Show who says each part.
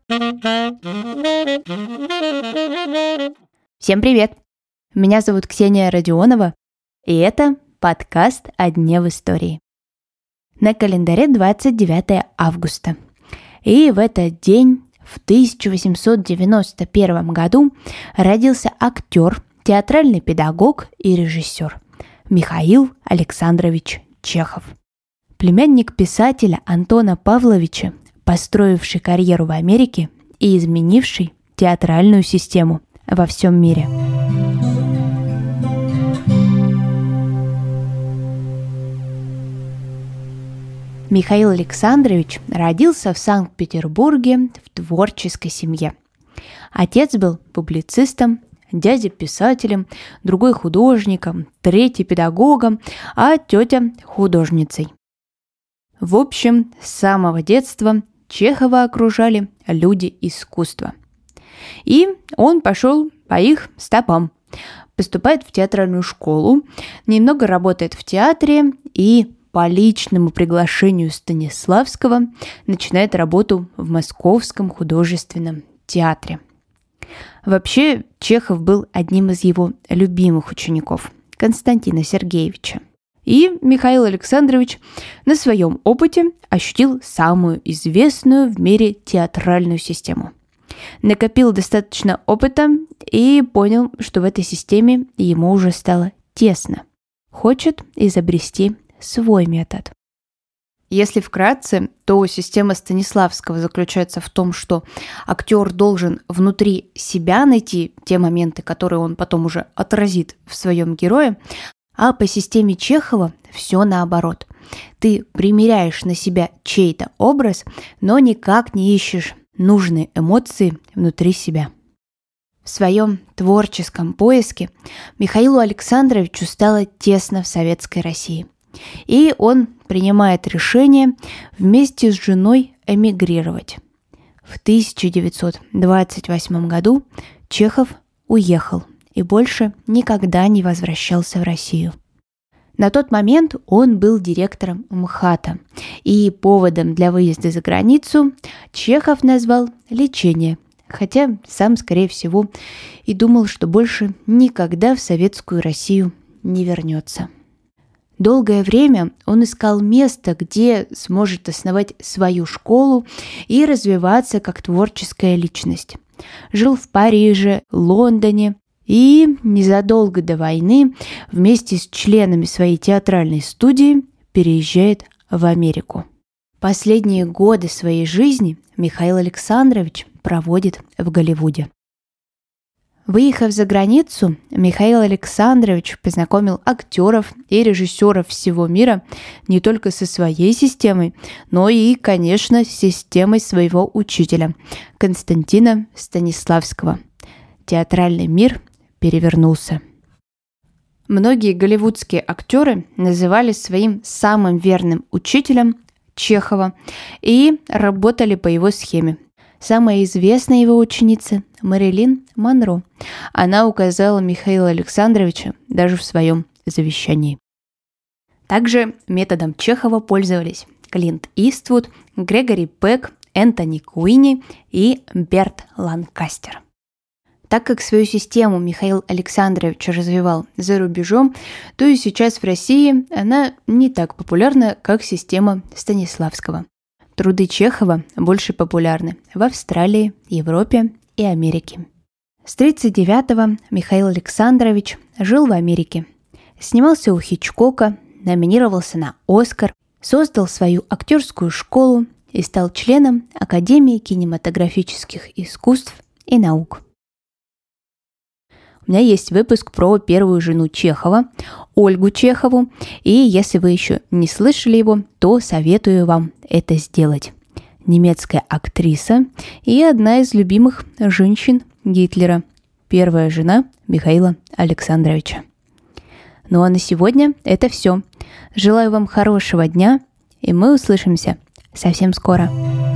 Speaker 1: Всем привет! Меня зовут Ксения Родионова, и это подкаст «О дне в истории». На календаре 29 августа. И в этот день, в 1891 году, родился актер, театральный педагог и режиссер Михаил Александрович Чехов. Племянник писателя Антона Павловича, построивший карьеру в Америке и изменивший театральную систему во всем мире. Михаил Александрович родился в Санкт-Петербурге в творческой семье. Отец был публицистом, дядя писателем, другой художником, третий педагогом, а тетя художницей. В общем, с самого детства Чехова окружали люди искусства. И он пошел по их стопам. Поступает в театральную школу, немного работает в театре и по личному приглашению Станиславского начинает работу в Московском художественном театре. Вообще, Чехов был одним из его любимых учеников, Константина Сергеевича. И Михаил Александрович на своем опыте ощутил самую известную в мире театральную систему. Накопил достаточно опыта и понял, что в этой системе ему уже стало тесно. Хочет изобрести свой метод. Если вкратце, то система Станиславского заключается в том, что актер должен внутри себя найти те моменты, которые он потом уже отразит в своем герое, а по системе Чехова все наоборот. Ты примеряешь на себя чей-то образ, но никак не ищешь нужные эмоции внутри себя. В своем творческом поиске Михаилу Александровичу стало тесно в Советской России. И он принимает решение вместе с женой эмигрировать. В 1928 году Чехов уехал и больше никогда не возвращался в Россию. На тот момент он был директором МХАТа, и поводом для выезда за границу Чехов назвал лечение, хотя сам, скорее всего, и думал, что больше никогда в советскую Россию не вернется. Долгое время он искал место, где сможет основать свою школу и развиваться как творческая личность. Жил в Париже, Лондоне и незадолго до войны вместе с членами своей театральной студии переезжает в Америку. Последние годы своей жизни Михаил Александрович проводит в Голливуде. Выехав за границу, Михаил Александрович познакомил актеров и режиссеров всего мира не только со своей системой, но и, конечно, с системой своего учителя Константина Станиславского. Театральный мир перевернулся. Многие голливудские актеры называли своим самым верным учителем Чехова и работали по его схеме. Самая известная его ученица – Мэрилин Монро. Она указала Михаила Александровича даже в своем завещании. Также методом Чехова пользовались Клинт Иствуд, Грегори Пек, Энтони Куини и Берт Ланкастер. Так как свою систему Михаил Александрович развивал за рубежом, то и сейчас в России она не так популярна, как система Станиславского. Труды Чехова больше популярны в Австралии, Европе и Америке. С 1939-го Михаил Александрович жил в Америке. Снимался у Хичкока, номинировался на «Оскар», создал свою актерскую школу и стал членом Академии кинематографических искусств и наук. У меня есть выпуск про первую жену Чехова, Ольгу Чехову, и если вы еще не слышали его, то советую вам это сделать. Немецкая актриса и одна из любимых женщин Гитлера, первая жена Михаила Александровича. Ну а на сегодня это все. Желаю вам хорошего дня, и мы услышимся совсем скоро.